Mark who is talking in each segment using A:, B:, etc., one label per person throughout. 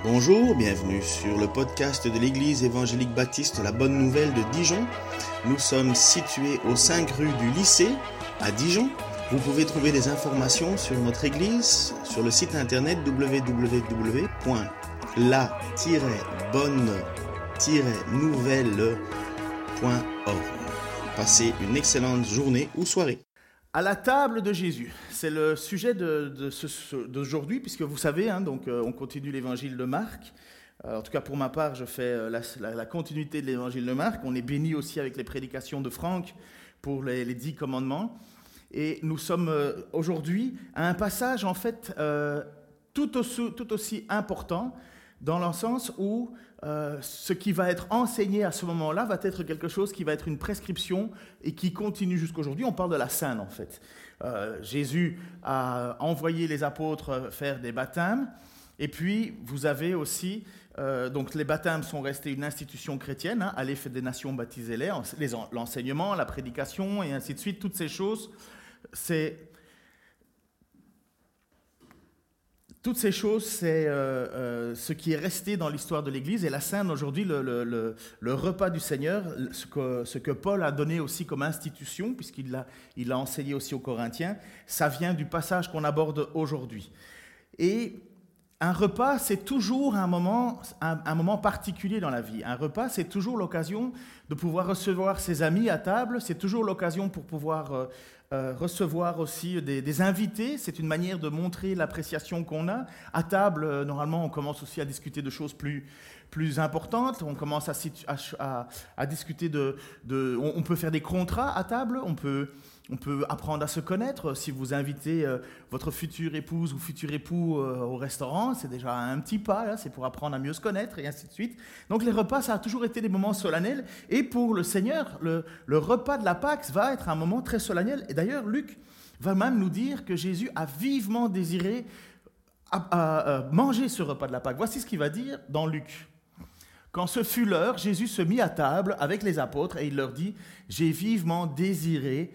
A: Bonjour, bienvenue sur le podcast de l'Église évangélique baptiste La Bonne Nouvelle de Dijon. Nous sommes situés aux 5 rues du lycée à Dijon. Vous pouvez trouver des informations sur notre Église sur le site internet www.la-bonne-nouvelle.org. Passez une excellente journée ou soirée.
B: À la table de Jésus, c'est le sujet d'aujourd'hui, puisque vous savez, on continue l'évangile de Marc. En tout cas, pour ma part, je fais la continuité de l'évangile de Marc. On est béni aussi avec les prédications de Franck pour les 10 commandements. Et nous sommes aujourd'hui à un passage, en fait, tout aussi important, dans le sens où ce qui va être enseigné à ce moment-là va être quelque chose qui va être une prescription et qui continue jusqu'aujourd'hui. On parle de la scène, en fait. Jésus a envoyé les apôtres faire des baptêmes, et puis vous avez aussi, donc les baptêmes sont restés une institution chrétienne, allez faire des nations, baptisez-les, l'enseignement, la prédication, et ainsi de suite, toutes ces choses, Toutes ces choses, c'est ce qui est resté dans l'histoire de l'Église. Et la Sainte, aujourd'hui, le repas du Seigneur, ce que Paul a donné aussi comme institution, puisqu'il l'a enseigné aussi aux Corinthiens, ça vient du passage qu'on aborde aujourd'hui. Et un repas, c'est toujours un moment particulier dans la vie. Un repas, c'est toujours l'occasion de pouvoir recevoir ses amis à table. C'est toujours l'occasion pour pouvoir recevoir aussi des invités. C'est une manière de montrer l'appréciation qu'on a. À table, normalement, on commence aussi à discuter de choses plus importantes. On commence à discuter on peut faire des contrats à table. On peut apprendre à se connaître. Si vous invitez votre future épouse ou futur époux au restaurant, c'est déjà un petit pas, là, c'est pour apprendre à mieux se connaître, et ainsi de suite. Donc les repas, ça a toujours été des moments solennels. Et pour le Seigneur, le repas de la Pâque va être un moment très solennel. Et d'ailleurs, Luc va même nous dire que Jésus a vivement désiré manger ce repas de la Pâque. Voici ce qu'il va dire dans Luc. Quand ce fut l'heure, Jésus se mit à table avec les apôtres et il leur dit « J'ai vivement désiré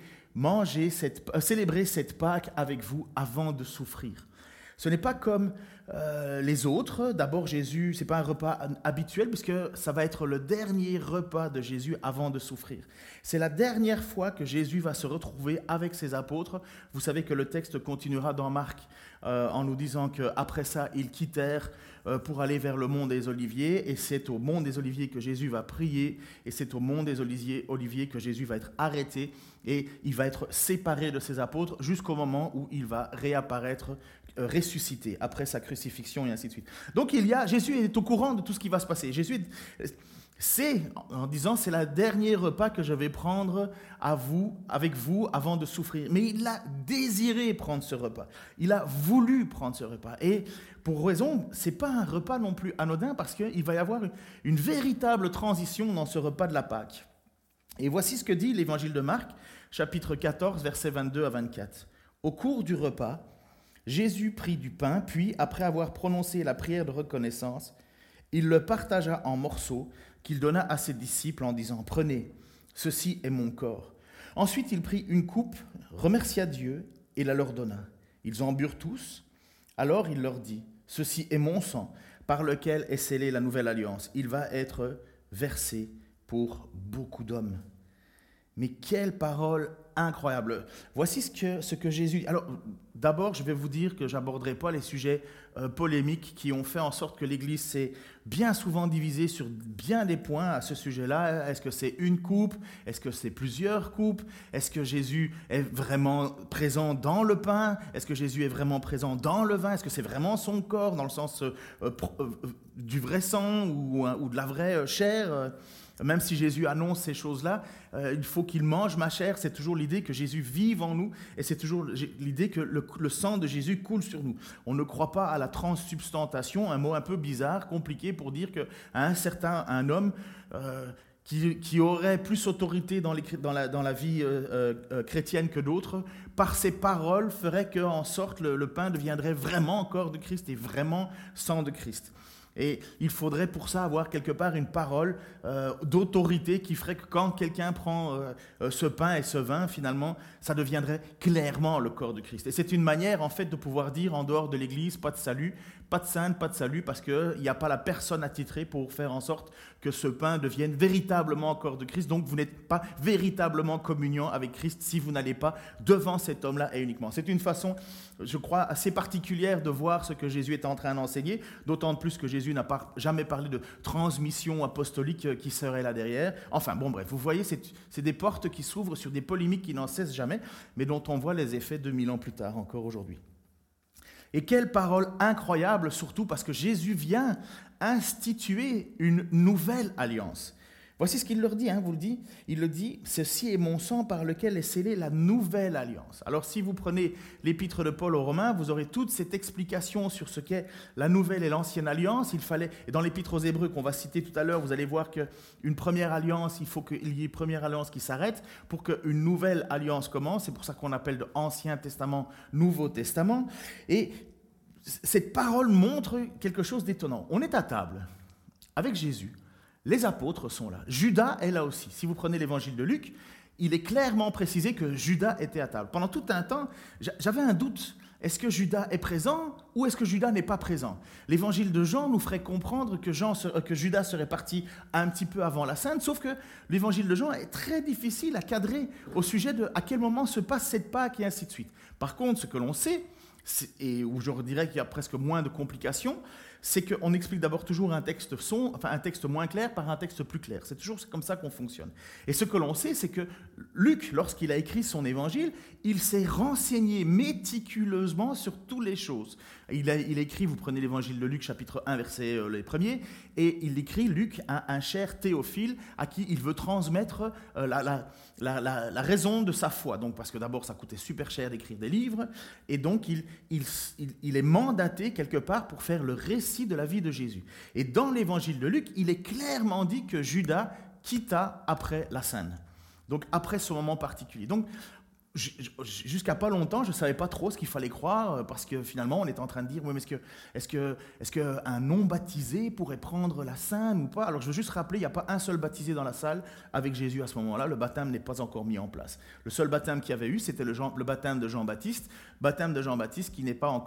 B: célébrer cette Pâque avec vous avant de souffrir. » Ce n'est pas comme les autres. D'abord, Jésus, ce n'est pas un repas habituel puisque ça va être le dernier repas de Jésus avant de souffrir. C'est la dernière fois que Jésus va se retrouver avec ses apôtres. Vous savez que le texte continuera dans Marc en nous disant qu'après ça, ils quittèrent pour aller vers le mont des Oliviers, et c'est au mont des Oliviers que Jésus va prier, et c'est au mont des Oliviers que Jésus va être arrêté, et il va être séparé de ses apôtres jusqu'au moment où il va réapparaître ressuscité, après sa crucifixion et ainsi de suite. Donc Jésus est au courant de tout ce qui va se passer. Jésus c'est le dernier repas que je vais prendre avec vous avant de souffrir. Mais il a désiré prendre ce repas. Il a voulu prendre ce repas. Et pour raison, ce n'est pas un repas non plus anodin parce qu'il va y avoir une véritable transition dans ce repas de la Pâque. Et voici ce que dit l'évangile de Marc, chapitre 14, versets 22 à 24. Au cours du repas, Jésus prit du pain, puis, après avoir prononcé la prière de reconnaissance, il le partagea en morceaux qu'il donna à ses disciples en disant « Prenez, ceci est mon corps. » Ensuite, il prit une coupe, remercia Dieu et la leur donna. Ils en burent tous. Alors il leur dit « Ceci est mon sang, par lequel est scellée la nouvelle alliance. Il va être versé pour beaucoup d'hommes. » Mais quelle parole incroyable! Voici ce que Jésus... Alors, d'abord, je vais vous dire que je n'aborderai pas les sujets polémiques qui ont fait en sorte que l'Église s'est bien souvent divisée sur bien des points à ce sujet-là. Est-ce que c'est une coupe? Est-ce que c'est plusieurs coupes? Est-ce que Jésus est vraiment présent dans le pain? Est-ce que Jésus est vraiment présent dans le vin? Est-ce que c'est vraiment son corps dans le sens du vrai sang ou de la vraie chair? Même si Jésus annonce ces choses-là, il faut qu'il mange ma chair. C'est toujours l'idée que Jésus vive en nous et c'est toujours l'idée que le sang de Jésus coule sur nous. On ne croit pas à la transsubstantation, un mot un peu bizarre, compliqué pour dire qu'un homme qui aurait plus autorité dans la vie chrétienne que d'autres, par ses paroles, ferait qu'en sorte le pain deviendrait vraiment corps de Christ et vraiment sang de Christ. Et il faudrait pour ça avoir quelque part une parole d'autorité qui ferait que quand quelqu'un prend ce pain et ce vin, finalement, ça deviendrait clairement le corps de Christ. Et c'est une manière, en fait, de pouvoir dire en dehors de l'Église, pas de salut, pas de sainte, pas de salut, parce qu'il n'y a pas la personne attitrée pour faire en sorte que ce pain devienne véritablement corps de Christ. Donc, vous n'êtes pas véritablement en communion avec Christ si vous n'allez pas devant cet homme-là et uniquement. C'est une façon, je crois, assez particulière de voir ce que Jésus est en train d'enseigner, d'autant plus que Jésus n'a jamais parlé de transmission apostolique qui serait là derrière. Enfin, bon, bref, vous voyez, c'est des portes qui s'ouvrent sur des polémiques qui n'en cessent jamais, mais dont on voit les effets 2000 ans plus tard, encore aujourd'hui. Et quelle parole incroyable, surtout parce que Jésus vient instituer une nouvelle alliance. Voici ce qu'il leur dit, vous le dit. Il le dit, « Ceci est mon sang par lequel est scellée la nouvelle alliance. » Alors si vous prenez l'épître de Paul aux Romains, vous aurez toute cette explication sur ce qu'est la nouvelle et l'ancienne alliance. Et dans l'épître aux Hébreux qu'on va citer tout à l'heure, vous allez voir qu'une première alliance, il faut qu'il y ait une première alliance qui s'arrête pour qu'une nouvelle alliance commence. C'est pour ça qu'on appelle de Ancien Testament, Nouveau Testament. Et cette parole montre quelque chose d'étonnant. On est à table avec Jésus. Les apôtres sont là. Judas est là aussi. Si vous prenez l'évangile de Luc, il est clairement précisé que Judas était à table. Pendant tout un temps, j'avais un doute. Est-ce que Judas est présent ou est-ce que Judas n'est pas présent? L'évangile de Jean nous ferait comprendre que Judas serait parti un petit peu avant la Sainte, sauf que l'évangile de Jean est très difficile à cadrer au sujet de à quel moment se passe cette Pâque et ainsi de suite. Par contre, ce que l'on sait, et où je dirais qu'il y a presque moins de complications, c'est qu'on explique d'abord toujours un texte moins clair par un texte plus clair. C'est toujours comme ça qu'on fonctionne. Et ce que l'on sait, c'est que Luc, lorsqu'il a écrit son évangile, il s'est renseigné méticuleusement sur toutes les choses. Il a écrit, vous prenez l'évangile de Luc, chapitre 1, verset les premiers, et il écrit, Luc, un cher Théophile à qui il veut transmettre la raison de sa foi. Donc, parce que d'abord, ça coûtait super cher d'écrire des livres, et donc il est mandaté quelque part pour faire le récit de la vie de Jésus. Et dans l'évangile de Luc, il est clairement dit que Judas quitta après la scène. Donc, après ce moment particulier. Donc, jusqu'à pas longtemps, je ne savais pas trop ce qu'il fallait croire, parce que finalement, on était en train de dire, oui, mais est-ce qu'un non-baptisé pourrait prendre la scène ou pas? Alors, je veux juste rappeler, il n'y a pas un seul baptisé dans la salle avec Jésus à ce moment-là. Le baptême n'est pas encore mis en place. Le seul baptême qu'il y avait eu, c'était le baptême de Jean-Baptiste, qui n'est pas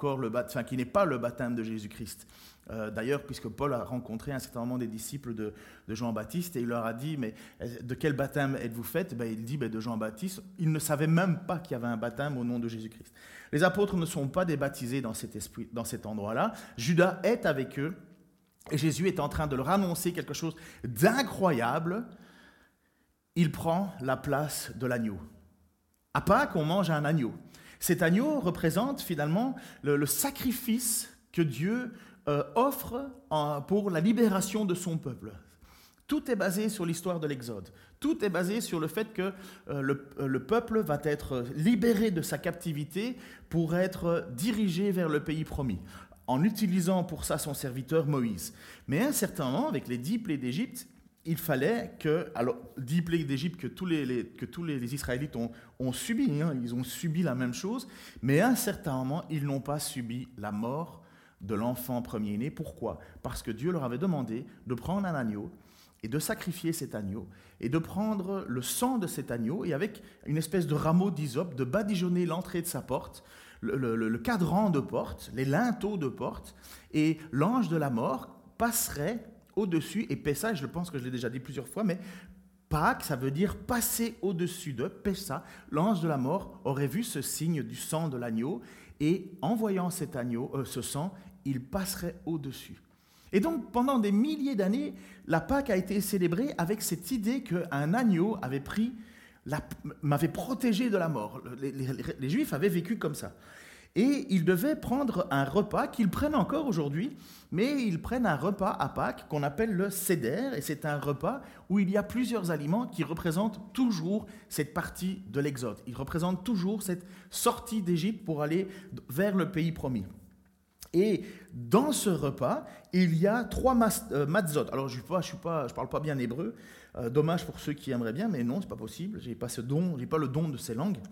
B: le baptême de Jésus-Christ. D'ailleurs, puisque Paul a rencontré à un certain moment des disciples de Jean-Baptiste et il leur a dit, mais de quel baptême êtes-vous faits? Il dit, de Jean-Baptiste. Il ne savait même pas qu'il y avait un baptême au nom de Jésus-Christ. Les apôtres ne sont pas des baptisés dans cet endroit-là. Judas est avec eux et Jésus est en train de leur annoncer quelque chose d'incroyable. Il prend la place de l'agneau. À Pâques, on mange un agneau. Cet agneau représente finalement le sacrifice que Dieu offre pour la libération de son peuple. Tout est basé sur l'histoire de l'Exode. Tout est basé sur le fait que le peuple va être libéré de sa captivité pour être dirigé vers le pays promis, en utilisant pour ça son serviteur Moïse. Mais à un certain moment, avec les 10 plaies d'Égypte, il fallait que, alors 10 plaies d'Égypte que tous les Israélites ont subi, ils ont subi la même chose, mais à un certain moment, ils n'ont pas subi la mort de l'enfant premier-né. Pourquoi? Parce que Dieu leur avait demandé de prendre un agneau et de sacrifier cet agneau et de prendre le sang de cet agneau et avec une espèce de rameau d'hysope de badigeonner l'entrée de sa porte, le cadran de porte, les linteaux de porte, et l'ange de la mort passerait au-dessus, et Pessa, je pense que je l'ai déjà dit plusieurs fois, mais Pâques, ça veut dire passer au-dessus de Pessa. L'ange de la mort aurait vu ce signe du sang de l'agneau et en voyant cet agneau, ce sang, il passerait au-dessus. Et donc, pendant des milliers d'années, la Pâque a été célébrée avec cette idée qu'un agneau m'avait protégé de la mort. Les Juifs avaient vécu comme ça. Et ils devaient prendre un repas qu'ils prennent encore aujourd'hui, mais ils prennent un repas à Pâques qu'on appelle le Seder, et c'est un repas où il y a plusieurs aliments qui représentent toujours cette partie de l'Exode. Ils représentent toujours cette sortie d'Égypte pour aller vers le pays promis. Et dans ce repas, il y a 3 matzot. Alors, je parle pas bien hébreu. Dommage pour ceux qui aimeraient bien, mais non, c'est pas possible. J'ai pas le don de ces langues.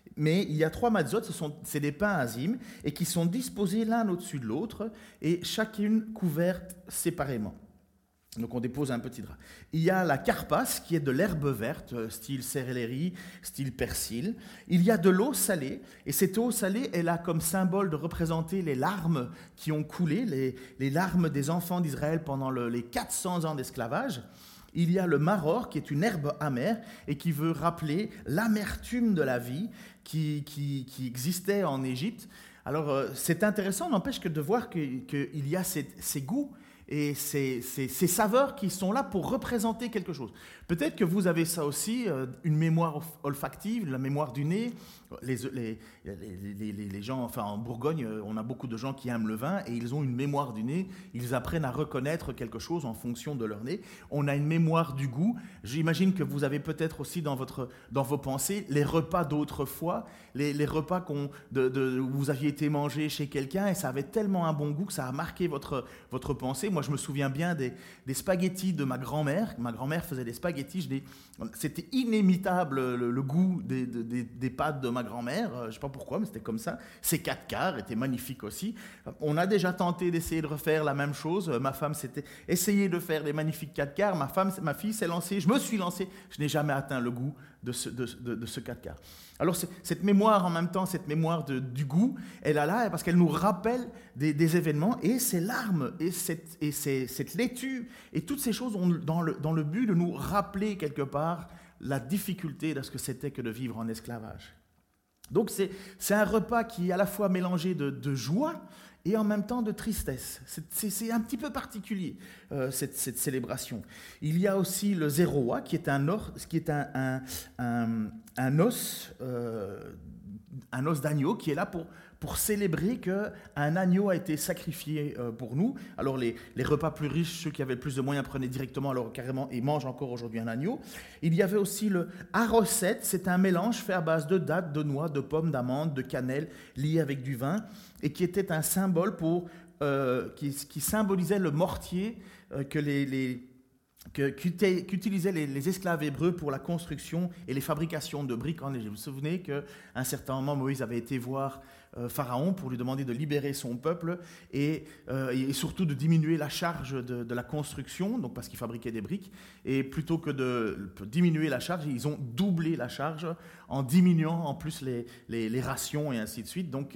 B: Mais il y a 3 matzot, c'est des pains azim, et qui sont disposés l'un au-dessus de l'autre, et chacune couverte séparément. Donc on dépose un petit drap. Il y a la karpas, qui est de l'herbe verte, style céleri, style persil. Il y a de l'eau salée, et cette eau salée, elle a comme symbole de représenter les larmes qui ont coulé, les larmes des enfants d'Israël pendant les 400 ans d'esclavage. Il y a le maror, qui est une herbe amère, et qui veut rappeler l'amertume de la vie qui existait en Égypte. Alors c'est intéressant, n'empêche que de voir qu'il y a ces goûts, et ces saveurs qui sont là pour représenter quelque chose. Peut-être que vous avez ça aussi, une mémoire olfactive, la mémoire du nez. Les gens, enfin en Bourgogne, on a beaucoup de gens qui aiment le vin et ils ont une mémoire du nez. Ils apprennent à reconnaître quelque chose en fonction de leur nez. On a une mémoire du goût. J'imagine que vous avez peut-être aussi dans vos pensées les repas d'autrefois, les repas où vous aviez été mangé chez quelqu'un et ça avait tellement un bon goût que ça a marqué votre pensée. Moi, je me souviens bien des spaghettis de ma grand-mère. Ma grand-mère faisait des spaghettis. C'était inimitable le goût des pâtes de ma grand-mère. Je ne sais pas pourquoi, mais c'était comme ça. Ces 4 quarts étaient magnifiques aussi. On a déjà tenté d'essayer de refaire la même chose. Ma femme s'était essayé de faire des magnifiques 4 quarts. Ma fille s'est lancée. Je me suis lancé. Je n'ai jamais atteint le goût de ce 4 quarts. Alors, cette mémoire, en même temps, cette mémoire du goût, elle est là parce qu'elle nous rappelle des événements et ces larmes et cette laitue et toutes ces choses ont dans le but de nous rappeler quelque part la difficulté de ce que c'était que de vivre en esclavage. Donc, c'est un repas qui est à la fois mélangé de joie et en même temps de tristesse. C'est un petit peu particulier, cette célébration. Il y a aussi le Zeroa, qui est un os d'agneau, qui est là pour célébrer qu'un agneau a été sacrifié pour nous. Alors les repas plus riches, ceux qui avaient plus de moyens prenaient directement, alors carrément, et mangent encore aujourd'hui un agneau. Il y avait aussi le haroset, c'est un mélange fait à base de dattes, de noix, de pommes, d'amandes, de cannelle, lié avec du vin, et qui était un symbole qui symbolisait le mortier qu'utilisaient les esclaves hébreux pour la construction et les fabrications de briques en Égypte. Vous vous souvenez qu'à un certain moment, Moïse avait été voir Pharaon pour lui demander de libérer son peuple et surtout de diminuer la charge de la construction, donc parce qu'ils fabriquaient des briques. Et plutôt que de diminuer la charge, ils ont doublé la charge en diminuant en plus les rations et ainsi de suite. Donc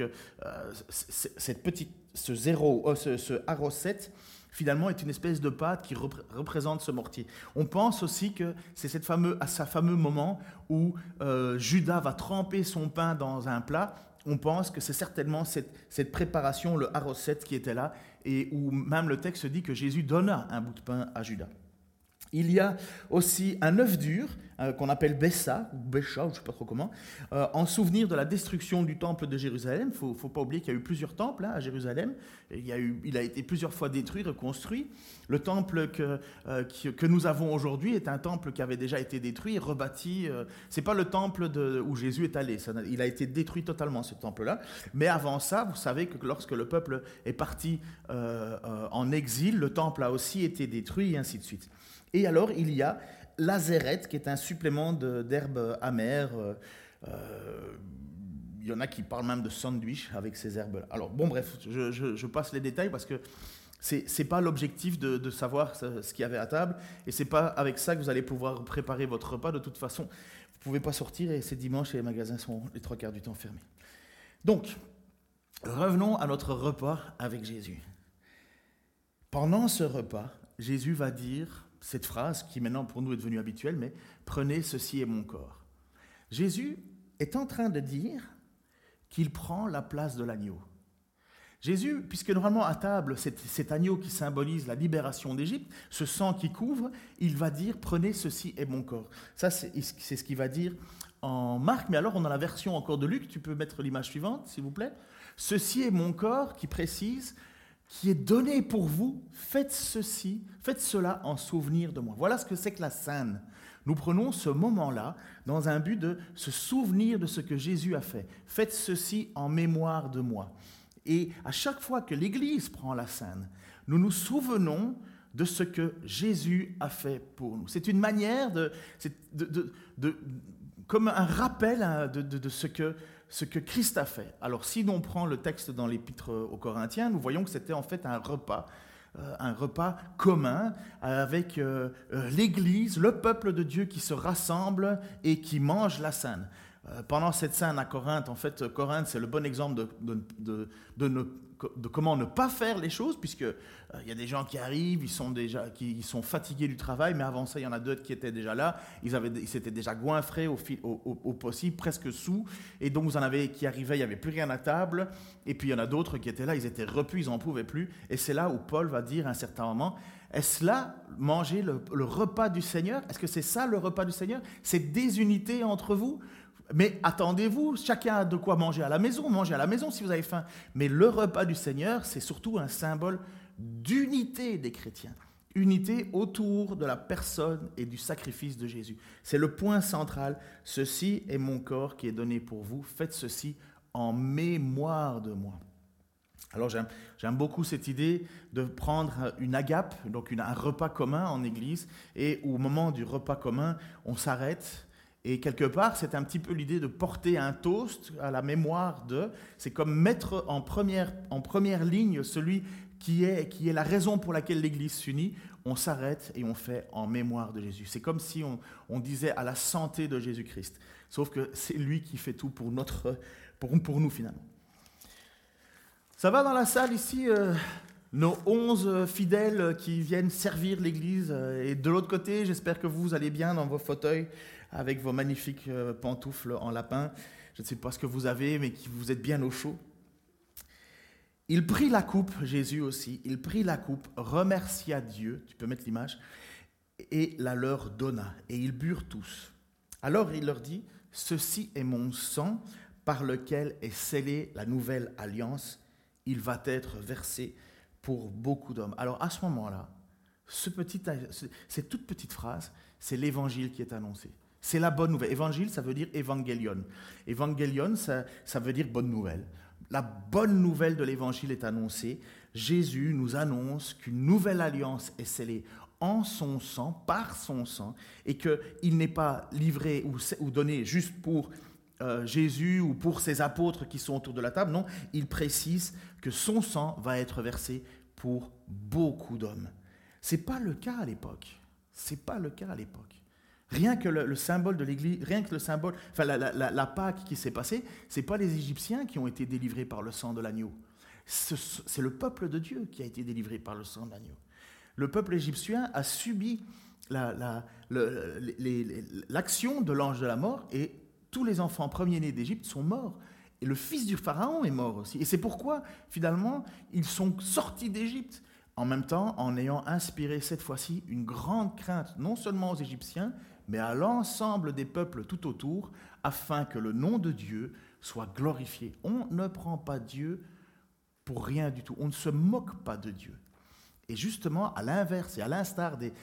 B: ce haroset, finalement, est une espèce de pâte qui représente ce mortier. On pense aussi que c'est ce fameux moment où Judas va tremper son pain dans un plat. On pense que c'est certainement cette préparation, le haroset, qui était là, et où même le texte dit que Jésus donna un bout de pain à Judas. Il y a aussi un œuf dur qu'on appelle Bessa, ou Bécha, je ne sais pas trop comment, en souvenir de la destruction du temple de Jérusalem. Il ne faut pas oublier qu'il y a eu plusieurs temples à Jérusalem. Il a été plusieurs fois détruit, reconstruit. Le temple que nous avons aujourd'hui est un temple qui avait déjà été détruit et rebâti. Ce n'est pas le temple où Jésus est allé. Il a été détruit totalement, ce temple-là. Mais avant ça, vous savez que lorsque le peuple est parti en exil, le temple a aussi été détruit et ainsi de suite. Et alors, il y a l'azéret, qui est un supplément d'herbes amères. Il y en a qui parlent même de sandwich avec ces herbes-là. Alors, bon, bref, je passe les détails parce que ce n'est pas l'objectif de savoir ce qu'il y avait à table. Et ce n'est pas avec ça que vous allez pouvoir préparer votre repas. De toute façon, vous ne pouvez pas sortir et c'est dimanche et les magasins sont les 3/4 du temps fermés. Donc, revenons à notre repas avec Jésus. Pendant ce repas, Jésus va dire cette phrase qui maintenant pour nous est devenue habituelle, mais « Prenez, ceci est mon corps ». Jésus est en train de dire qu'il prend la place de l'agneau. Jésus, puisque normalement à table, cet agneau qui symbolise la libération d'Égypte, ce sang qui couvre, il va dire « Prenez, ceci est mon corps ». Ça, c'est ce qu'il va dire en Marc, mais alors on a la version encore de Luc. Tu peux mettre l'image suivante, s'il vous plaît. « Ceci est mon corps » qui précise « qui est donné pour vous, faites cela en souvenir de moi ». Voilà ce que c'est que la scène. Nous prenons ce moment-là dans un but de se souvenir de ce que Jésus a fait. Faites ceci en mémoire de moi. Et à chaque fois que l'Église prend la scène, nous nous souvenons de ce que Jésus a fait pour nous. C'est une manière comme un rappel de ce que Christ a fait. Alors si l'on prend le texte dans l'Épître aux Corinthiens, nous voyons que c'était en fait un repas commun avec l'Église, le peuple de Dieu qui se rassemble et qui mange la scène. Pendant cette scène à Corinthe, en fait, Corinthe, c'est le bon exemple de comment ne pas faire les choses, puisque il y a des gens qui arrivent, ils sont fatigués du travail, mais avant ça, il y en a d'autres qui étaient déjà là, ils s'étaient déjà goinfrés au possible, presque sous, et donc vous en avez qui arrivaient, il n'y avait plus rien à table, et puis il y en a d'autres qui étaient là, ils étaient repus, ils n'en pouvaient plus, et c'est là où Paul va dire à un certain moment, est-ce là manger le repas du Seigneur? Est-ce que c'est ça le repas du Seigneur? C'est désunité entre vous? Mais attendez-vous, chacun a de quoi manger à la maison, mangez à la maison si vous avez faim. Mais le repas du Seigneur, c'est surtout un symbole d'unité des chrétiens. Unité autour de la personne et du sacrifice de Jésus. C'est le point central. Ceci est mon corps qui est donné pour vous. Faites ceci en mémoire de moi. Alors j'aime beaucoup cette idée de prendre une agape, donc un repas commun en église, et au moment du repas commun, on s'arrête. Et quelque part, c'est un petit peu l'idée de porter un toast à la mémoire de. C'est comme mettre en première ligne celui qui est la raison pour laquelle l'Église s'unit. On s'arrête et on fait en mémoire de Jésus. C'est comme si on disait à la santé de Jésus-Christ. Sauf que c'est lui qui fait tout pour nous finalement. Ça va dans la salle ici nos 11 fidèles qui viennent servir l'Église. Et de l'autre côté, j'espère que vous allez bien dans vos fauteuils avec vos magnifiques pantoufles en lapin. Je ne sais pas ce que vous avez, mais que vous êtes bien au chaud. Il prit la coupe, Jésus aussi, il prit la coupe, remercia Dieu, tu peux mettre l'image, et la leur donna. Et ils burent tous. Alors il leur dit, « Ceci est mon sang par lequel est scellée la nouvelle alliance. Il va être versé pour beaucoup d'hommes. » Alors à ce moment-là, cette toute petite phrase, c'est l'évangile qui est annoncé. C'est la bonne nouvelle. Évangile, ça veut dire évangélion. Évangélion, ça veut dire bonne nouvelle. La bonne nouvelle de l'évangile est annoncée. Jésus nous annonce qu'une nouvelle alliance est scellée en son sang, par son sang, et qu'il n'est pas livré ou donné juste pour Jésus ou pour ses apôtres qui sont autour de la table. Non, il précise que son sang va être versé pour beaucoup d'hommes. Ce n'est pas le cas à l'époque. C'est pas le cas à l'époque. Rien que le symbole de l'Église, rien que le symbole, enfin la Pâque qui s'est passée, c'est pas les Égyptiens qui ont été délivrés par le sang de l'agneau. C'est le peuple de Dieu qui a été délivré par le sang de l'agneau. Le peuple égyptien a subi l'action de l'ange de la mort et tous les enfants premiers-nés d'Égypte sont morts. Et le fils du pharaon est mort aussi. Et c'est pourquoi, finalement, ils sont sortis d'Égypte. En même temps, en ayant inspiré cette fois-ci une grande crainte, non seulement aux Égyptiens, mais à l'ensemble des peuples tout autour, afin que le nom de Dieu soit glorifié. On ne prend pas Dieu pour rien du tout. On ne se moque pas de Dieu. Et justement, à l'inverse et à l'instar des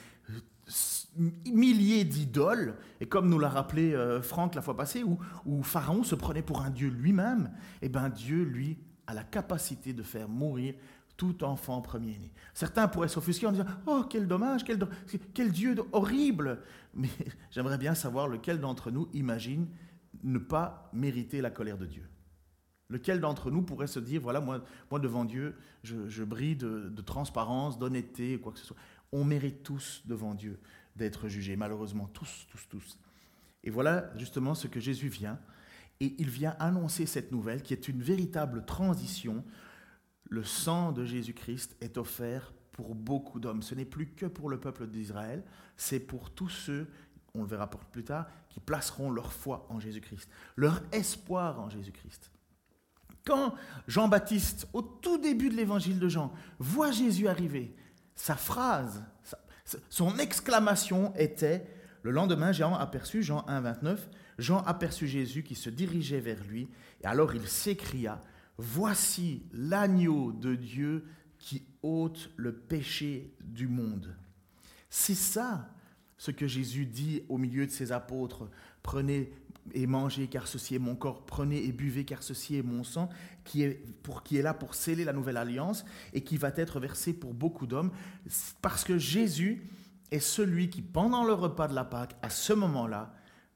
B: milliers d'idoles, et comme nous l'a rappelé Franck la fois passée, où Pharaon se prenait pour un dieu lui-même, et bien Dieu, lui, a la capacité de faire mourir tout enfant premier-né. Certains pourraient s'offusquer en disant « Oh, quel dommage, quel Dieu horrible !» Mais j'aimerais bien savoir lequel d'entre nous imagine ne pas mériter la colère de Dieu. Lequel d'entre nous pourrait se dire « Voilà, moi devant Dieu, je brille de transparence, d'honnêteté, quoi que ce soit. » On mérite tous devant Dieu d'être jugés, malheureusement, tous. Et voilà justement ce que Jésus vient. Et il vient annoncer cette nouvelle qui est une véritable transition. Le sang de Jésus-Christ est offert pour beaucoup d'hommes. Ce n'est plus que pour le peuple d'Israël, c'est pour tous ceux, on le verra plus tard, qui placeront leur foi en Jésus-Christ, leur espoir en Jésus-Christ. Quand Jean-Baptiste, au tout début de l'évangile de Jean, voit Jésus arriver, sa phrase, son exclamation était, le lendemain, Jean 1, 29, Jean aperçut Jésus qui se dirigeait vers lui, et alors il s'écria, « Voici l'agneau de Dieu qui ôte le péché du monde. » C'est ça ce que Jésus dit au milieu de ses apôtres. « Prenez et mangez car ceci est mon corps, prenez et buvez car ceci est mon sang, qui est là pour sceller la nouvelle alliance et qui va être versé pour beaucoup d'hommes. » Parce que Jésus est celui qui, pendant le repas de la Pâque, à ce moment-là,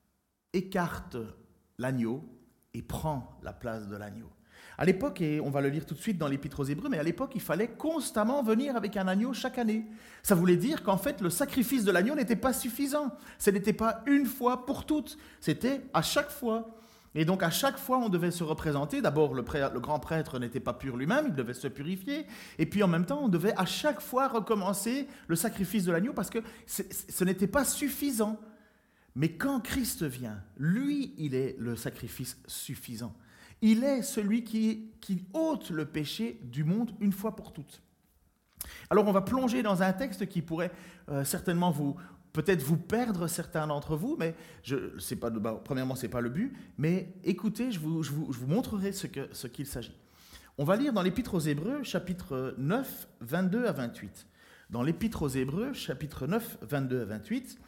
B: écarte l'agneau et prend la place de l'agneau. À l'époque, et on va le lire tout de suite dans l'Épître aux Hébreux, mais à l'époque, il fallait constamment venir avec un agneau chaque année. Ça voulait dire qu'en fait, le sacrifice de l'agneau n'était pas suffisant. Ce n'était pas une fois pour toutes, c'était à chaque fois. Et donc, à chaque fois, on devait se représenter. D'abord, le grand prêtre n'était pas pur lui-même, il devait se purifier. Et puis, en même temps, on devait à chaque fois recommencer le sacrifice de l'agneau parce que ce n'était pas suffisant. Mais quand Christ vient, lui, il est le sacrifice suffisant. Il est celui qui ôte le péché du monde une fois pour toutes. Alors on va plonger dans un texte qui pourrait certainement peut-être vous perdre certains d'entre vous, mais premièrement, ce n'est pas le but, mais écoutez, je vous montrerai ce qu'il s'agit. On va lire dans l'Épître aux Hébreux, chapitre 9, 22 à 28. Dans l'Épître aux Hébreux, chapitre 9, 22 à 28,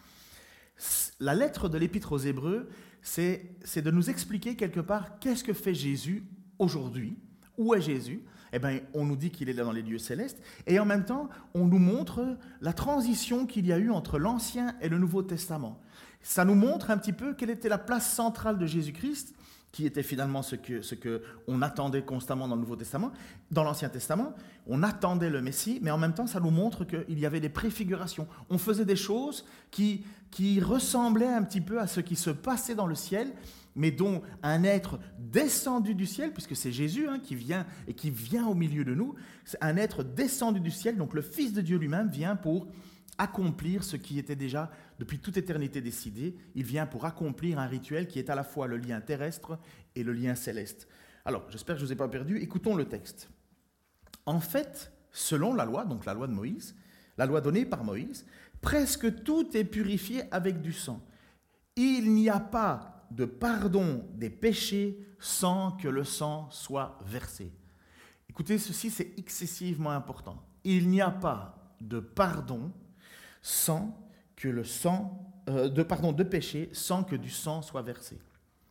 B: la lettre de l'Épître aux Hébreux, c'est de nous expliquer quelque part qu'est-ce que fait Jésus aujourd'hui. Où est Jésus ? Eh bien, on nous dit qu'il est là dans les lieux célestes, et en même temps, on nous montre la transition qu'il y a eu entre l'Ancien et le Nouveau Testament. Ça nous montre un petit peu quelle était la place centrale de Jésus-Christ, qui était finalement ce que on attendait constamment dans le Nouveau Testament. Dans l'Ancien Testament, on attendait le Messie, mais en même temps, ça nous montre qu'il y avait des préfigurations. On faisait des choses qui ressemblaient un petit peu à ce qui se passait dans le ciel, mais dont un être descendu du ciel, puisque c'est Jésus qui vient au milieu de nous, c'est un être descendu du ciel, donc le Fils de Dieu lui-même vient pour accomplir ce qui était déjà depuis toute éternité décidé. Il vient pour accomplir un rituel qui est à la fois le lien terrestre et le lien céleste. Alors, j'espère que je ne vous ai pas perdu. Écoutons le texte. En fait, selon la loi, donc la loi de Moïse, la loi donnée par Moïse, presque tout est purifié avec du sang. Il n'y a pas de pardon des péchés sans que le sang soit versé. Écoutez, ceci c'est excessivement important. Il n'y a pas de pardon sans que le sang, de péché sans que du sang soit versé.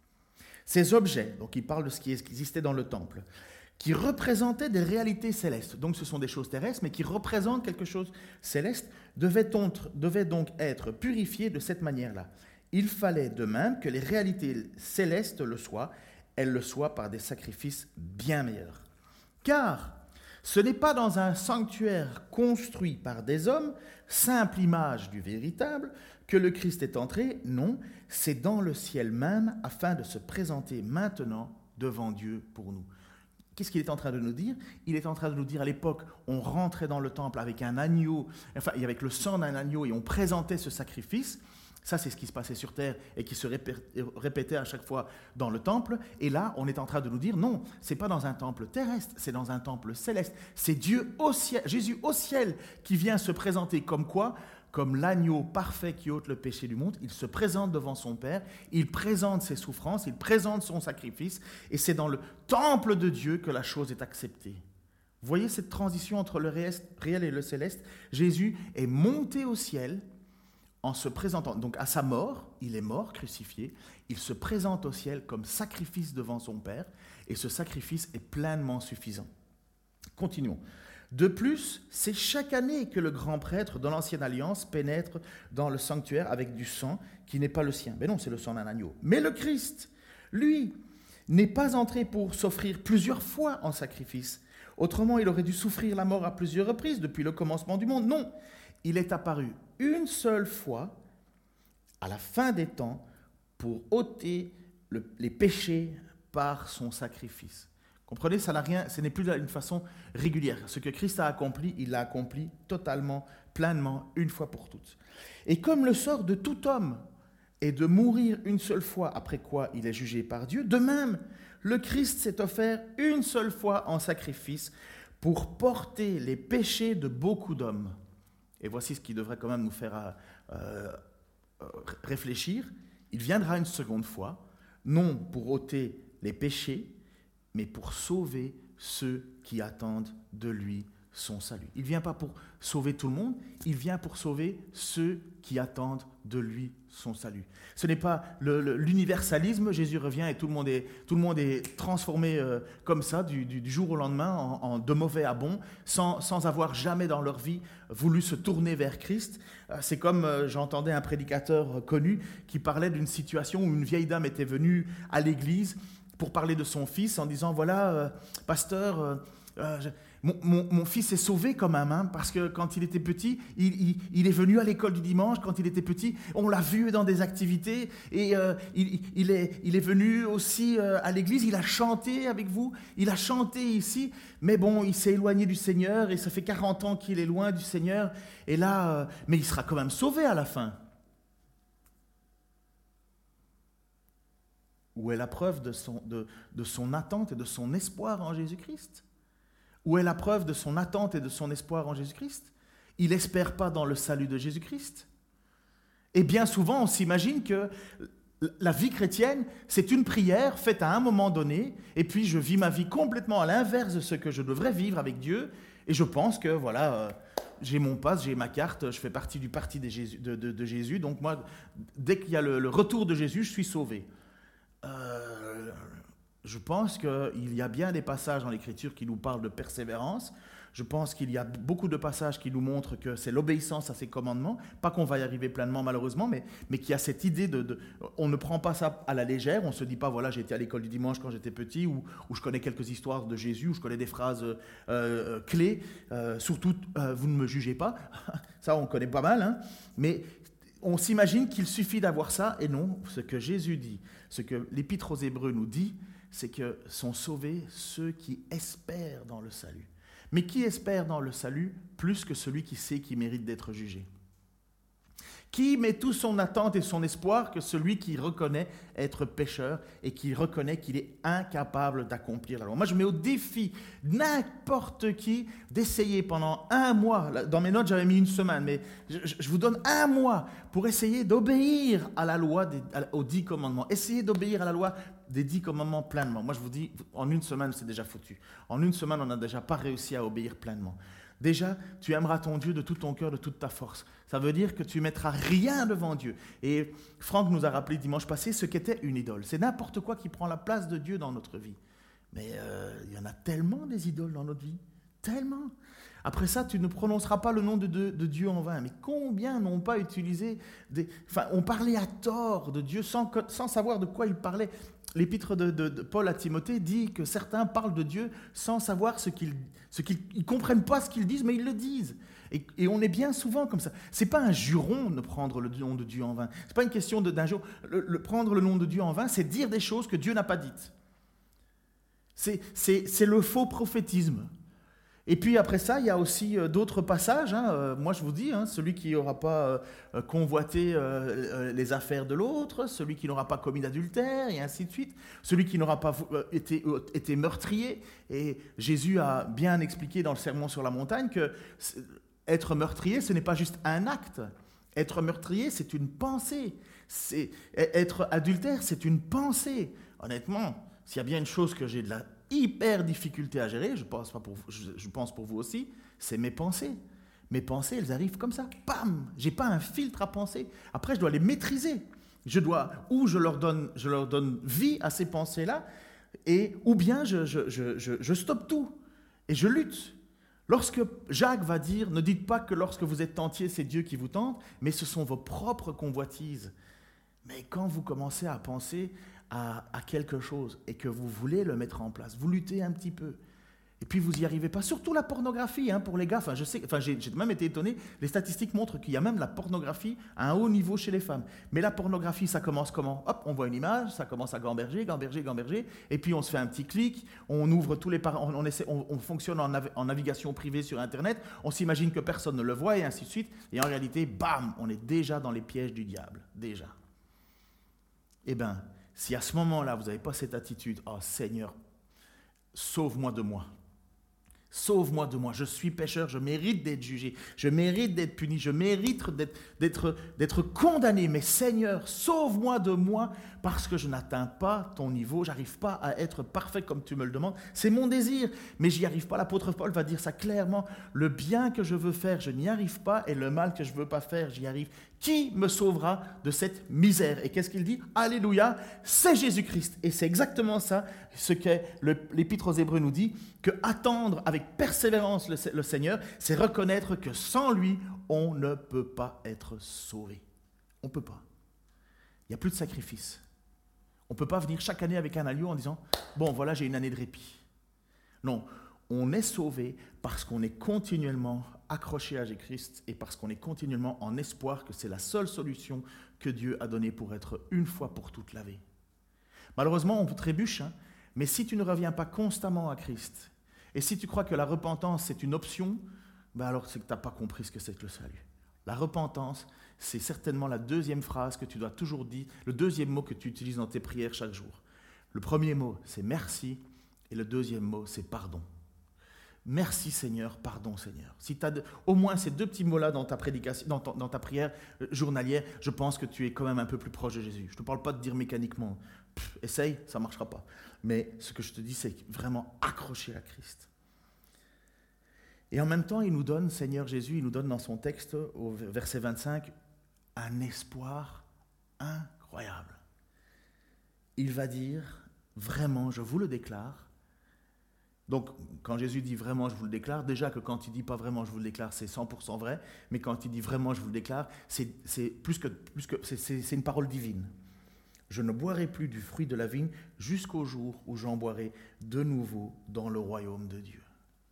B: Ces objets, donc il parle de ce qui existait dans le temple, qui représentaient des réalités célestes, donc ce sont des choses terrestres, mais qui représentent quelque chose céleste, devaient donc être purifiés de cette manière-là. Il fallait de même que les réalités célestes le soient, elles le soient par des sacrifices bien meilleurs. Car ce n'est pas dans un sanctuaire construit par des hommes, simple image du véritable, que le Christ est entré. Non, c'est dans le ciel même, afin de se présenter maintenant devant Dieu pour nous. Qu'est-ce qu'il est en train de nous dire ? Il est en train de nous dire, à l'époque, on rentrait dans le temple avec un agneau, avec le sang d'un agneau, et on présentait ce sacrifice. Ça, c'est ce qui se passait sur terre et qui se répétait à chaque fois dans le temple. Et là, on est en train de nous dire, non, ce n'est pas dans un temple terrestre, c'est dans un temple céleste. C'est Dieu au ciel, Jésus au ciel, qui vient se présenter comme quoi ? Comme l'agneau parfait qui ôte le péché du monde. Il se présente devant son Père, il présente ses souffrances, il présente son sacrifice, et c'est dans le temple de Dieu que la chose est acceptée. Vous voyez cette transition entre le réel et le céleste ? Jésus est monté au ciel, en se présentant, donc à sa mort, il est mort, crucifié, il se présente au ciel comme sacrifice devant son Père, et ce sacrifice est pleinement suffisant. Continuons. De plus, c'est chaque année que le grand prêtre de l'Ancienne Alliance pénètre dans le sanctuaire avec du sang qui n'est pas le sien. Mais non, c'est le sang d'un agneau. Mais le Christ, lui, n'est pas entré pour s'offrir plusieurs fois en sacrifice. Autrement, il aurait dû souffrir la mort à plusieurs reprises depuis le commencement du monde. Non, il est apparu une seule fois, à la fin des temps, pour ôter les péchés par son sacrifice. Comprenez, ça n'a rien, ce n'est plus d'une façon régulière. Ce que Christ a accompli, il l'a accompli totalement, pleinement, une fois pour toutes. Et comme le sort de tout homme est de mourir une seule fois, après quoi il est jugé par Dieu, de même, le Christ s'est offert une seule fois en sacrifice pour porter les péchés de beaucoup d'hommes. Et voici ce qui devrait quand même nous faire réfléchir. Il viendra une seconde fois, non pour ôter les péchés, mais pour sauver ceux qui attendent de lui son salut. Il ne vient pas pour sauver tout le monde, il vient pour sauver ceux qui attendent de lui son salut. Ce n'est pas l'universalisme, Jésus revient et tout le monde est transformé comme ça du jour au lendemain de mauvais à bon, sans avoir jamais dans leur vie voulu se tourner vers Christ. C'est comme j'entendais un prédicateur connu qui parlait d'une situation où une vieille dame était venue à l'église pour parler de son fils en disant « Voilà, pasteur, mon fils est sauvé quand même, hein, parce que quand il était petit, il est venu à l'école du dimanche, quand il était petit, on l'a vu dans des activités, et il est venu aussi à l'église, il a chanté avec vous, il a chanté ici, mais bon, il s'est éloigné du Seigneur, et ça fait 40 ans qu'il est loin du Seigneur, et là, mais il sera quand même sauvé à la fin. » Où est la preuve de son attente et de son espoir en Jésus-Christ ? Où est la preuve de son attente et de son espoir en Jésus-Christ ? Il n'espère pas dans le salut de Jésus-Christ. Et bien souvent, on s'imagine que la vie chrétienne, c'est une prière faite à un moment donné, et puis je vis ma vie complètement à l'inverse de ce que je devrais vivre avec Dieu, et je pense que, voilà, j'ai mon passe, j'ai ma carte, je fais partie du parti de Jésus, donc moi, dès qu'il y a le retour de Jésus, je suis sauvé. Je pense qu'il y a bien des passages dans l'Écriture qui nous parlent de persévérance. Je pense qu'il y a beaucoup de passages qui nous montrent que c'est l'obéissance à ses commandements. Pas qu'on va y arriver pleinement malheureusement, mais qu'il y a cette idée on ne prend pas ça à la légère. On ne se dit pas, voilà, j'ai été à l'école du dimanche quand j'étais petit, ou je connais quelques histoires de Jésus, ou je connais des phrases clés. Surtout, vous ne me jugez pas. Ça, on connaît pas mal, hein. Mais on s'imagine qu'il suffit d'avoir ça, et non, ce que Jésus dit, ce que l'Épître aux Hébreux nous dit, c'est que sont sauvés ceux qui espèrent dans le salut. Mais qui espère dans le salut plus que celui qui sait qu'il mérite d'être jugé ? Qui met toute son attente et son espoir que celui qui reconnaît être pécheur et qui reconnaît qu'il est incapable d'accomplir la loi. Moi, je mets au défi n'importe qui d'essayer pendant 1 mois, dans mes notes j'avais mis 1 semaine, mais je vous donne 1 mois pour essayer d'obéir à la loi, aux 10 commandements. Essayez d'obéir à la loi des 10 commandements pleinement. Moi, je vous dis, en 1 semaine, c'est déjà foutu. En 1 semaine, on n'a déjà pas réussi à obéir pleinement. Déjà, tu aimeras ton Dieu de tout ton cœur, de toute ta force. Ça veut dire que tu ne mettras rien devant Dieu. Et Franck nous a rappelé dimanche passé ce qu'était une idole. C'est n'importe quoi qui prend la place de Dieu dans notre vie. Mais il y en a tellement des idoles dans notre vie. Tellement. Après ça, tu ne prononceras pas le nom de Dieu en vain. Mais combien n'ont pas utilisé on parlait à tort de Dieu sans savoir de quoi il parlait. L'épître de Paul à Timothée dit que certains parlent de Dieu sans savoir ils ne comprennent pas ce qu'ils disent, mais ils le disent. Et on est bien souvent comme ça. Ce n'est pas un juron de prendre le nom de Dieu en vain. Ce n'est pas une question d'un jour. Prendre le nom de Dieu en vain, c'est dire des choses que Dieu n'a pas dites. C'est le faux prophétisme. Et puis après ça, il y a aussi d'autres passages. Moi, je vous dis, celui qui n'aura pas convoité les affaires de l'autre, celui qui n'aura pas commis d'adultère, et ainsi de suite, celui qui n'aura pas été meurtrier. Et Jésus a bien expliqué dans le Sermon sur la montagne que être meurtrier, ce n'est pas juste un acte. Être meurtrier, c'est une pensée. Être adultère, c'est une pensée. Honnêtement, s'il y a bien une chose que j'ai de la hyper difficulté à gérer, je pense pour vous aussi, c'est mes pensées. Mes pensées, elles arrivent comme ça, pam, j'ai pas un filtre à penser. Après, je dois les maîtriser. Je leur donne vie à ces pensées-là, ou bien je stoppe tout et je lutte. Lorsque Jacques va dire, ne dites pas que lorsque vous êtes tentiers, c'est Dieu qui vous tente, mais ce sont vos propres convoitises. Mais quand vous commencez à penser à quelque chose et que vous voulez le mettre en place, vous luttez un petit peu. Et puis vous n'y arrivez pas. Surtout la pornographie, pour les gars. J'ai même été étonné. Les statistiques montrent qu'il y a même la pornographie à un haut niveau chez les femmes. Mais la pornographie, ça commence comment ? Hop, on voit une image, ça commence à gamberger. Et puis on se fait un petit clic, on ouvre tous les on fonctionne en navigation privée sur Internet. On s'imagine que personne ne le voit et ainsi de suite. Et en réalité, bam, on est déjà dans les pièges du diable. Déjà. Eh bien, si à ce moment-là, vous n'avez pas cette attitude, « Oh Seigneur, sauve-moi de moi », Sauve-moi de moi, je suis pécheur, je mérite d'être jugé, je mérite d'être puni, je mérite d'être condamné. Mais Seigneur, sauve-moi de moi parce que je n'atteins pas ton niveau, j'arrive pas à être parfait comme tu me le demandes. C'est mon désir, mais j'y arrive pas. L'apôtre Paul va dire ça clairement. Le bien que je veux faire, je n'y arrive pas, et le mal que je veux pas faire, j'y arrive. Qui me sauvera de cette misère? Et qu'est-ce qu'il dit? Alléluia, c'est Jésus-Christ. Et c'est exactement ça, ce que l'Épître aux Hébreux nous dit, que attendre avec persévérance le Seigneur, c'est reconnaître que sans lui, on ne peut pas être sauvé. On ne peut pas. Il n'y a plus de sacrifice. On ne peut pas venir chaque année avec un agneau en disant « Bon, voilà, j'ai une année de répit ». Non, on est sauvé parce qu'on est continuellement accroché à Jésus-Christ et parce qu'on est continuellement en espoir que c'est la seule solution que Dieu a donnée pour être une fois pour toutes lavé. Malheureusement, on vous trébuche, hein, mais si tu ne reviens pas constamment à Christ, et si tu crois que la repentance c'est une option, ben alors c'est que tu n'as pas compris ce que c'est que le salut. La repentance, c'est certainement la deuxième phrase que tu dois toujours dire, le deuxième mot que tu utilises dans tes prières chaque jour. Le premier mot, c'est merci, et le deuxième mot, c'est pardon. Merci Seigneur, pardon Seigneur. Si tu as au moins ces deux petits mots-là dans ta prédication, dans ta prière journalière, je pense que tu es quand même un peu plus proche de Jésus. Je ne te parle pas de dire mécaniquement, essaye, ça ne marchera pas. Mais ce que je te dis, c'est vraiment accrocher à Christ. Et en même temps, il nous donne, Seigneur Jésus, il nous donne dans son texte, au verset 25, un espoir incroyable. Il va dire, vraiment, je vous le déclare. Donc, quand Jésus dit vraiment, je vous le déclare, déjà que quand il dit pas vraiment, je vous le déclare, c'est 100% vrai, mais quand il dit vraiment, je vous le déclare, c'est une parole divine. Je ne boirai plus du fruit de la vigne jusqu'au jour où j'en boirai de nouveau dans le royaume de Dieu.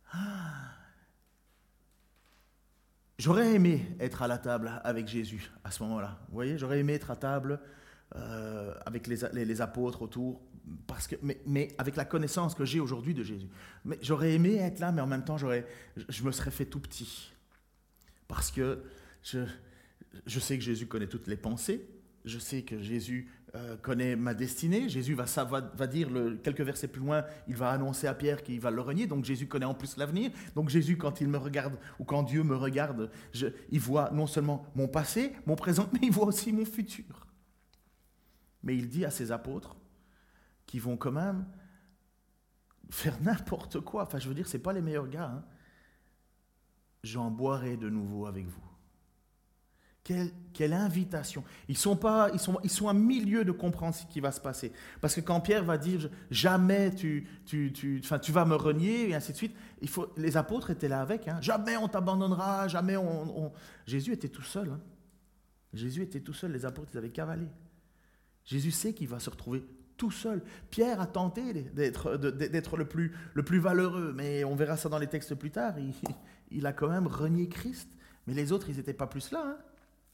B: J'aurais aimé être à la table avec Jésus à ce moment-là. Vous voyez, j'aurais aimé être à table avec les apôtres autour, mais avec la connaissance que j'ai aujourd'hui de Jésus. Mais j'aurais aimé être là, mais en même temps, je me serais fait tout petit. Parce que je sais que Jésus connaît toutes les pensées, je sais que Jésus connaît ma destinée, Jésus va dire quelques versets plus loin, il va annoncer à Pierre qu'il va le renier, donc Jésus connaît en plus l'avenir. Donc Jésus, quand il me regarde, ou quand Dieu me regarde, il voit non seulement mon passé, mon présent, mais il voit aussi mon futur. Mais il dit à ses apôtres, qui vont quand même faire n'importe quoi. Enfin, je veux dire, ce n'est pas les meilleurs gars. Hein. J'en boirai de nouveau avec vous. Quelle invitation. Ils sont à milieu de comprendre ce qui va se passer. Parce que quand Pierre va dire « jamais tu vas me renier » et ainsi de suite, les apôtres étaient là avec. Hein. Jamais on t'abandonnera, jamais on... Jésus était tout seul. Hein. Jésus était tout seul, les apôtres, ils avaient cavalé. Jésus sait qu'il va se retrouver tout seul. Pierre a tenté d'être le plus valeureux, mais on verra ça dans les textes plus tard. Il a quand même renié Christ. Mais les autres, ils n'étaient pas plus là. Hein.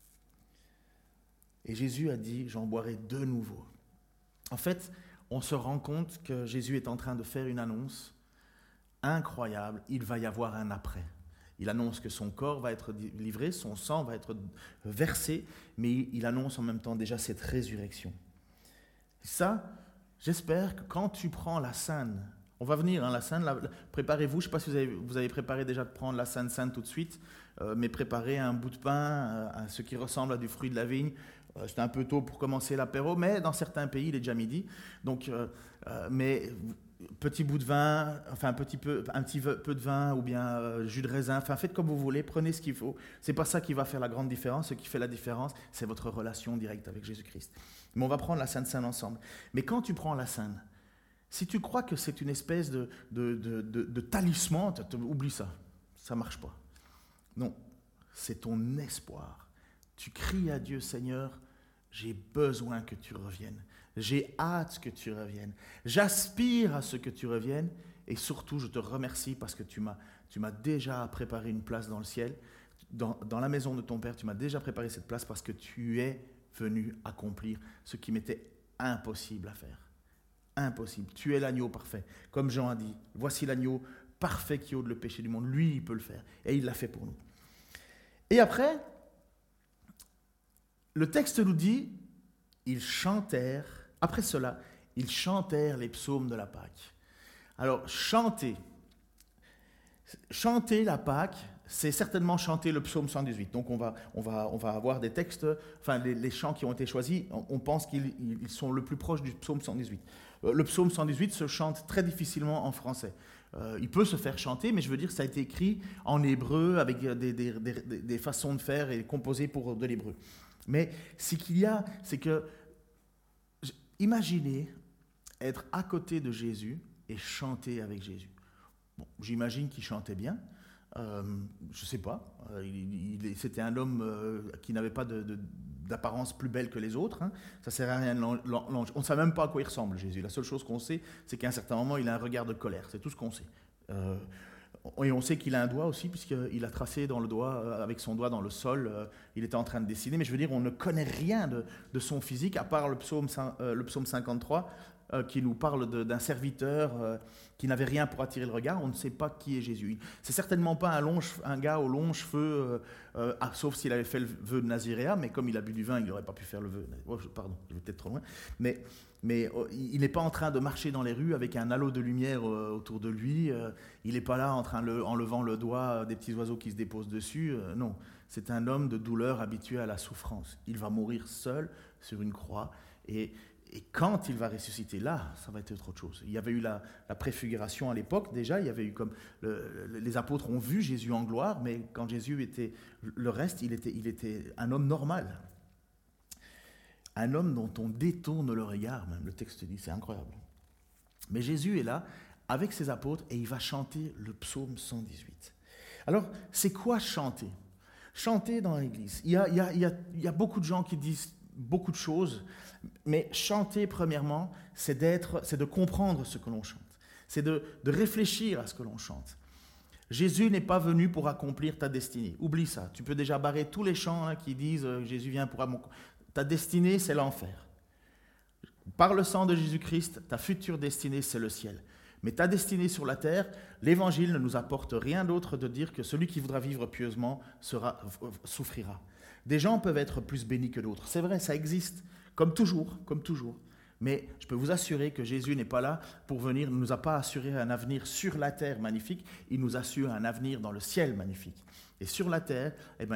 B: Et Jésus a dit, j'en boirai de nouveau. En fait, on se rend compte que Jésus est en train de faire une annonce incroyable. Il va y avoir un après. Il annonce que son corps va être livré, son sang va être versé, mais il annonce en même temps déjà cette résurrection. Ça, j'espère que quand tu prends la Sainte, on va venir, hein, la Sainte, préparez-vous, je ne sais pas si vous avez préparé déjà de prendre la Sainte tout de suite, mais préparez un bout de pain, ce qui ressemble à du fruit de la vigne. C'était un peu tôt pour commencer l'apéro, mais dans certains pays, il est déjà midi. Donc, mais petit bout de vin, enfin un petit peu de vin ou bien jus de raisin, enfin faites comme vous voulez, prenez ce qu'il faut. C'est pas ça qui va faire la grande différence. Ce qui fait la différence, c'est votre relation directe avec Jésus-Christ. Mais on va prendre la Sainte Seine ensemble. Mais quand tu prends la Sainte, si tu crois que c'est une espèce de talisman, oublie ça. Ça marche pas. Non, c'est ton espoir. Tu cries à Dieu, Seigneur, j'ai besoin que tu reviennes. J'ai hâte que tu reviennes. J'aspire à ce que tu reviennes. Et surtout, je te remercie parce que tu m'as déjà préparé une place dans le ciel. Dans la maison de ton Père, tu m'as déjà préparé cette place parce que tu es venu accomplir ce qui m'était impossible à faire. Impossible. Tu es l'agneau parfait. Comme Jean a dit, voici l'agneau parfait qui ôte le péché du monde. Lui, il peut le faire. Et il l'a fait pour nous. Et après, le texte nous dit, ils chantèrent, après cela, ils chantèrent les psaumes de la Pâque. Alors, chanter, Chanter la Pâque, c'est certainement chanter le psaume 118. Donc on va avoir des textes, enfin les chants qui ont été choisis, on pense qu'ils sont le plus proches du psaume 118. Le psaume 118 se chante très difficilement en français. Il peut se faire chanter, mais je veux dire, ça a été écrit en hébreu avec des façons de faire et composé pour de l'hébreu. Mais ce qu'il y a, c'est que, imaginez être à côté de Jésus et chanter avec Jésus. Bon, j'imagine qu'il chantait bien. Je ne sais pas. C'était un homme qui n'avait pas d'apparence plus belle que les autres. Hein. Ça ne sert à rien. On ne sait même pas à quoi il ressemble, Jésus. La seule chose qu'on sait, c'est qu'à un certain moment, il a un regard de colère. C'est tout ce qu'on sait. Et on sait qu'il a un doigt aussi, puisqu'il a tracé dans le doigt, avec son doigt dans le sol. Il était en train de dessiner. Mais je veux dire, on ne connaît rien de son physique, à part le psaume 53, qui nous parle d'un serviteur qui n'avait rien pour attirer le regard. On ne sait pas qui est Jésus. C'est certainement pas un gars aux longs cheveux, sauf s'il avait fait le vœu de Naziréa, mais comme il a bu du vin, il n'aurait pas pu faire le vœu. Pardon, je vais peut-être trop loin. Mais il n'est pas en train de marcher dans les rues avec un halo de lumière autour de lui. Il n'est pas là en levant le doigt des petits oiseaux qui se déposent dessus. Non, c'est un homme de douleur habitué à la souffrance. Il va mourir seul sur une croix et quand il va ressusciter, là, ça va être autre chose. Il y avait eu la préfiguration à l'époque, déjà, il y avait eu comme les apôtres ont vu Jésus en gloire, mais quand Jésus était le reste, il était un homme normal. Un homme dont on détourne le regard, même, le texte dit, c'est incroyable. Mais Jésus est là, avec ses apôtres, et il va chanter le psaume 118. Alors, c'est quoi chanter ? Chanter dans l'Église. Il y a beaucoup de gens qui disent beaucoup de choses, mais chanter, premièrement, c'est de comprendre ce que l'on chante. C'est de réfléchir à ce que l'on chante. Jésus n'est pas venu pour accomplir ta destinée. Oublie ça. Tu peux déjà barrer tous les chants qui disent « Jésus vient pour accomplir ». Ta destinée, c'est l'enfer. Par le sang de Jésus-Christ, ta future destinée, c'est le ciel. Mais ta destinée sur la terre, l'Évangile ne nous apporte rien d'autre de dire que celui qui voudra vivre pieusement souffrira. Des gens peuvent être plus bénis que d'autres. C'est vrai, ça existe, comme toujours. Mais je peux vous assurer que Jésus n'est pas là pour venir, il ne nous a pas assuré un avenir sur la terre magnifique, il nous assure un avenir dans le ciel magnifique. Et sur la terre,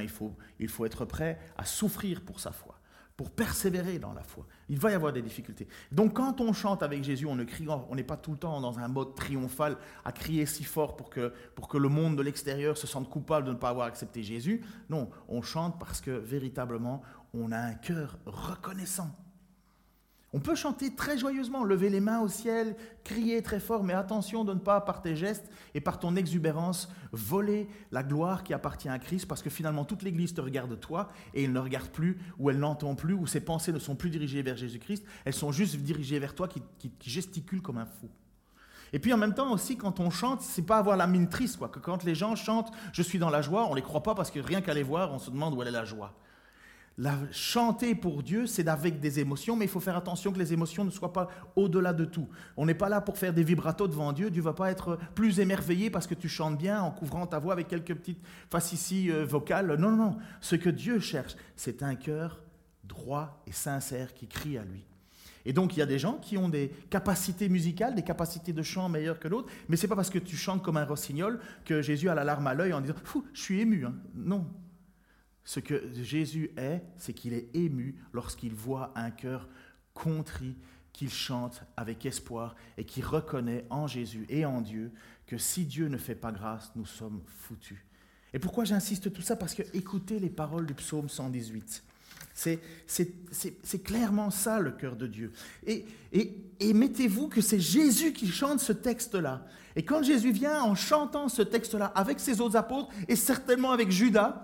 B: il faut être prêt à souffrir pour sa foi, pour persévérer dans la foi. Il va y avoir des difficultés. Donc quand on chante avec Jésus, on n'est pas tout le temps dans un mode triomphal à crier si fort pour que le monde de l'extérieur se sente coupable de ne pas avoir accepté Jésus. Non, on chante parce que véritablement, on a un cœur reconnaissant. On peut chanter très joyeusement, lever les mains au ciel, crier très fort, mais attention de ne pas, par tes gestes et par ton exubérance, voler la gloire qui appartient à Christ, parce que finalement toute l'Église te regarde toi, et elle ne regarde plus, ou elle n'entend plus, ou ses pensées ne sont plus dirigées vers Jésus-Christ, elles sont juste dirigées vers toi qui gesticule comme un fou. Et puis en même temps aussi, quand on chante, c'est pas avoir la mine triste, quoi. Que quand les gens chantent « je suis dans la joie », on les croit pas parce que rien qu'à les voir, on se demande où elle est la joie. Chanter pour Dieu, c'est avec des émotions, mais il faut faire attention que les émotions ne soient pas au-delà de tout. On n'est pas là pour faire des vibratos devant Dieu. Dieu ne va pas être plus émerveillé parce que tu chantes bien en couvrant ta voix avec quelques petites facéties vocales. Non. Ce que Dieu cherche, c'est un cœur droit et sincère qui crie à lui. Et donc, il y a des gens qui ont des capacités musicales, des capacités de chant meilleures que d'autres, mais ce n'est pas parce que tu chantes comme un rossignol que Jésus a la larme à l'œil en disant « Fou, je suis ému. » Non. Ce que Jésus est, c'est qu'il est ému lorsqu'il voit un cœur contrit, qu'il chante avec espoir et qui reconnaît en Jésus et en Dieu que si Dieu ne fait pas grâce, nous sommes foutus. Et pourquoi j'insiste tout ça ? Parce que écoutez les paroles du psaume 118. C'est clairement ça le cœur de Dieu. Et mettez-vous que c'est Jésus qui chante ce texte-là. Et quand Jésus vient en chantant ce texte-là avec ses autres apôtres et certainement avec Judas,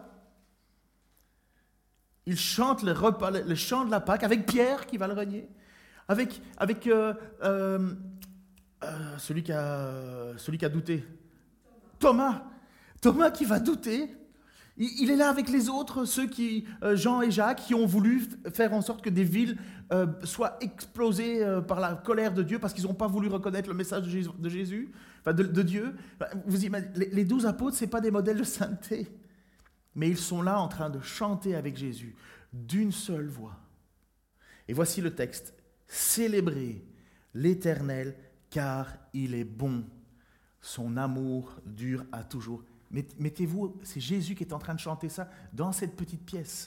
B: il chante le chant de la Pâque avec Pierre qui va le renier, avec celui qui a douté, Thomas qui va douter. Il est là avec les autres, ceux Jean et Jacques, qui ont voulu faire en sorte que des villes soient explosées par la colère de Dieu parce qu'ils n'ont pas voulu reconnaître le message de Jésus, enfin de Dieu. Vous imaginez, les 12 apôtres, ce n'est pas des modèles de sainteté. Mais ils sont là en train de chanter avec Jésus d'une seule voix. Et voici le texte. Célébrez l'Éternel car il est bon. Son amour dure à toujours. Mettez-vous, c'est Jésus qui est en train de chanter ça dans cette petite pièce.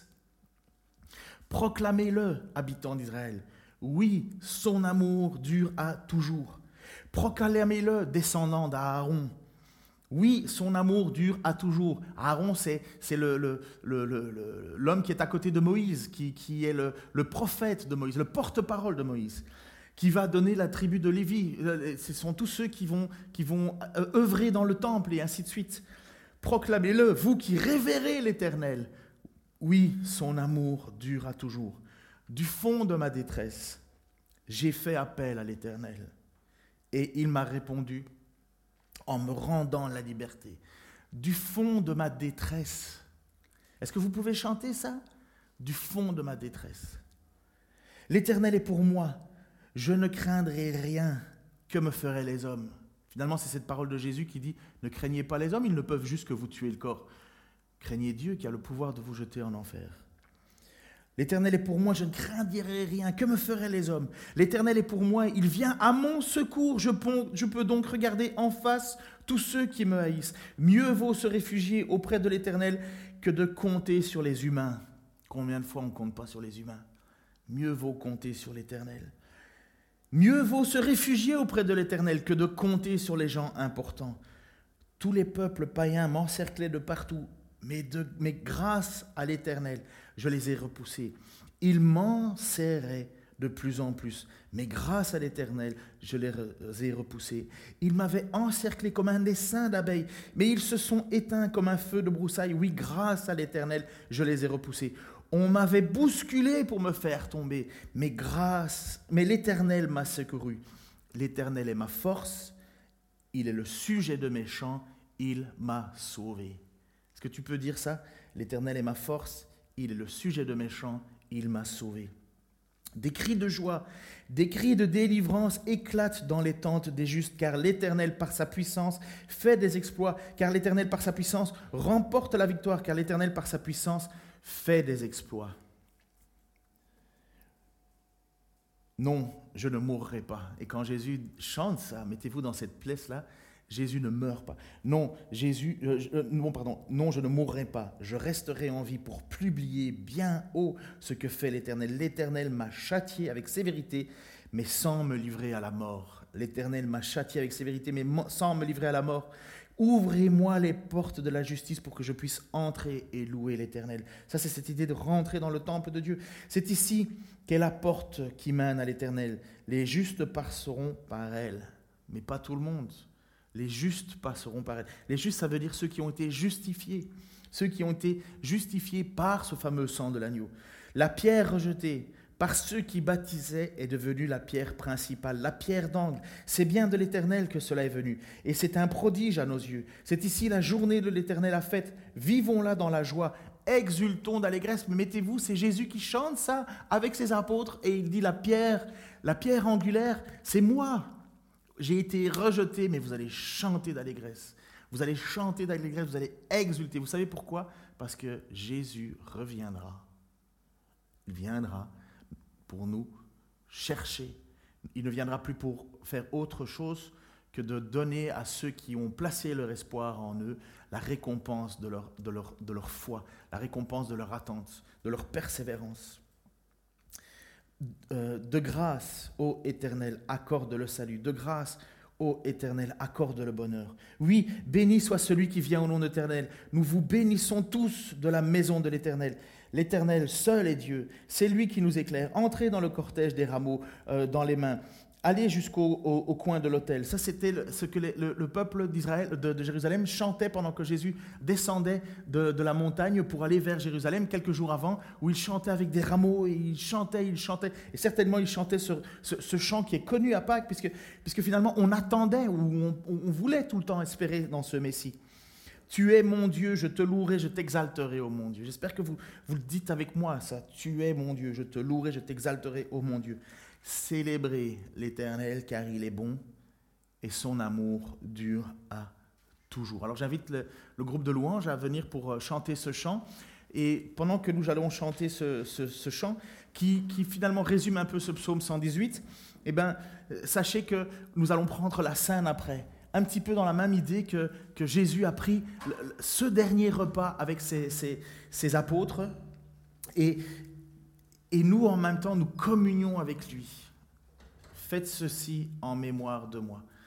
B: Proclamez-le, habitants d'Israël. Oui, son amour dure à toujours. Proclamez-le, descendants d'Aaron. Oui, son amour dure à toujours. Aaron, c'est l'homme qui est à côté de Moïse, qui est le prophète de Moïse, le porte-parole de Moïse, qui va donner la tribu de Lévi. Ce sont tous ceux qui vont œuvrer dans le temple et ainsi de suite. Proclamez-le, vous qui révérez l'Éternel. Oui, son amour dure à toujours. Du fond de ma détresse, j'ai fait appel à l'Éternel et il m'a répondu en me rendant la liberté. Du fond de ma détresse. Est-ce que vous pouvez chanter ça? Du fond de ma détresse. L'Éternel est pour moi. Je ne craindrai rien. Que me feraient les hommes? Finalement, c'est cette parole de Jésus qui dit « Ne craignez pas les hommes, ils ne peuvent juste que vous tuer le corps. Craignez Dieu qui a le pouvoir de vous jeter en enfer. » L'Éternel est pour moi, je ne craindrai rien. Que me feraient les hommes? L'Éternel est pour moi, il vient à mon secours. Je peux donc regarder en face tous ceux qui me haïssent. Mieux vaut se réfugier auprès de l'Éternel que de compter sur les humains. Combien de fois on ne compte pas sur les humains? Mieux vaut compter sur l'Éternel. Mieux vaut se réfugier auprès de l'Éternel que de compter sur les gens importants. Tous les peuples païens m'encerclaient de partout, mais grâce à l'Éternel, je les ai repoussés. Ils m'en serraient de plus en plus, mais grâce à l'Éternel, je les ai repoussés. Ils m'avaient encerclé comme un essaim d'abeilles, mais ils se sont éteints comme un feu de broussailles. Oui, grâce à l'Éternel, je les ai repoussés. On m'avait bousculé pour me faire tomber, mais l'Éternel m'a secouru. L'Éternel est ma force, il est le sujet de mes chants, il m'a sauvé. Est-ce que tu peux dire ça? L'Éternel est ma force, il est le sujet de mes chants, il m'a sauvé. Des cris de joie, des cris de délivrance éclatent dans les tentes des justes, car l'Éternel par sa puissance fait des exploits, car l'Éternel par sa puissance remporte la victoire, car l'Éternel par sa puissance fait des exploits. Non, je ne mourrai pas. Et quand Jésus chante ça, mettez-vous dans cette place-là, Jésus ne meurt pas. Non, non, je ne mourrai pas. Je resterai en vie pour publier bien haut ce que fait l'Éternel. L'Éternel m'a châtié avec sévérité, mais sans me livrer à la mort. L'Éternel m'a châtié avec sévérité, mais sans me livrer à la mort. Ouvrez-moi les portes de la justice pour que je puisse entrer et louer l'Éternel. Ça, c'est cette idée de rentrer dans le temple de Dieu. C'est ici qu'est la porte qui mène à l'Éternel. Les justes passeront par elle, mais pas tout le monde. Les justes passeront par elle. Les justes, ça veut dire ceux qui ont été justifiés. Ceux qui ont été justifiés par ce fameux sang de l'agneau. La pierre rejetée par ceux qui baptisaient est devenue la pierre principale, la pierre d'angle. C'est bien de l'Éternel que cela est venu. Et c'est un prodige à nos yeux. C'est ici la journée de l'Éternel a faite. Vivons-la dans la joie. Exultons d'allégresse. Mais mettez-vous, c'est Jésus qui chante ça avec ses apôtres. Et il dit la pierre angulaire, c'est moi. J'ai été rejeté, mais vous allez chanter d'allégresse. Vous allez chanter d'allégresse, vous allez exulter. Vous savez pourquoi? Parce que Jésus reviendra. Il viendra pour nous chercher. Il ne viendra plus pour faire autre chose que de donner à ceux qui ont placé leur espoir en eux la récompense de leur foi, la récompense de leur attente, de leur persévérance. De grâce, ô Éternel, accorde le salut. De grâce, ô Éternel, accorde le bonheur. Oui, béni soit celui qui vient au nom de l'Éternel. Nous vous bénissons tous de la maison de l'Éternel. L'Éternel seul est Dieu. C'est lui qui nous éclaire. Entrez dans le cortège des rameaux dans les mains. Allez jusqu'au coin de l'autel. Ça, c'était ce que le peuple d'Israël, de Jérusalem chantait pendant que Jésus descendait de la montagne pour aller vers Jérusalem quelques jours avant, où il chantait avec des rameaux, et il chantait. Et certainement, il chantait ce chant qui est connu à Pâques, puisque finalement, on attendait, ou on voulait tout le temps espérer dans ce Messie. Tu es mon Dieu, je te louerai, je t'exalterai, ô mon Dieu. J'espère que vous le dites avec moi, ça. Tu es mon Dieu, je te louerai, je t'exalterai, ô mon Dieu. Célébrez l'Éternel car il est bon et son amour dure à toujours. Alors j'invite le groupe de louanges à venir pour chanter ce chant. Et pendant que nous allons chanter ce chant qui finalement résume un peu ce psaume 118, sachez que nous allons prendre la scène après. un petit peu dans la même idée que Jésus a pris ce dernier repas avec ses apôtres, et nous, en même temps, nous communions avec lui. Faites ceci en mémoire de moi.